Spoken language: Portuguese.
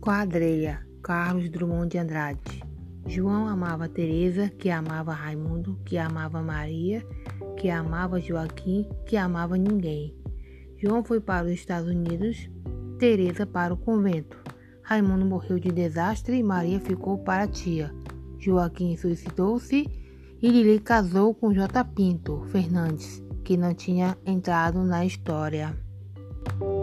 Quadrilha, Carlos Drummond de Andrade. João amava Teresa, que amava Raimundo, que amava Maria, que amava Joaquim, que amava ninguém. João foi para os Estados Unidos, Teresa para o convento. Raimundo morreu de desastre e Maria ficou para a tia. Joaquim suicidou-se e Lili casou com J. Pinto Fernandes, que não tinha entrado na história.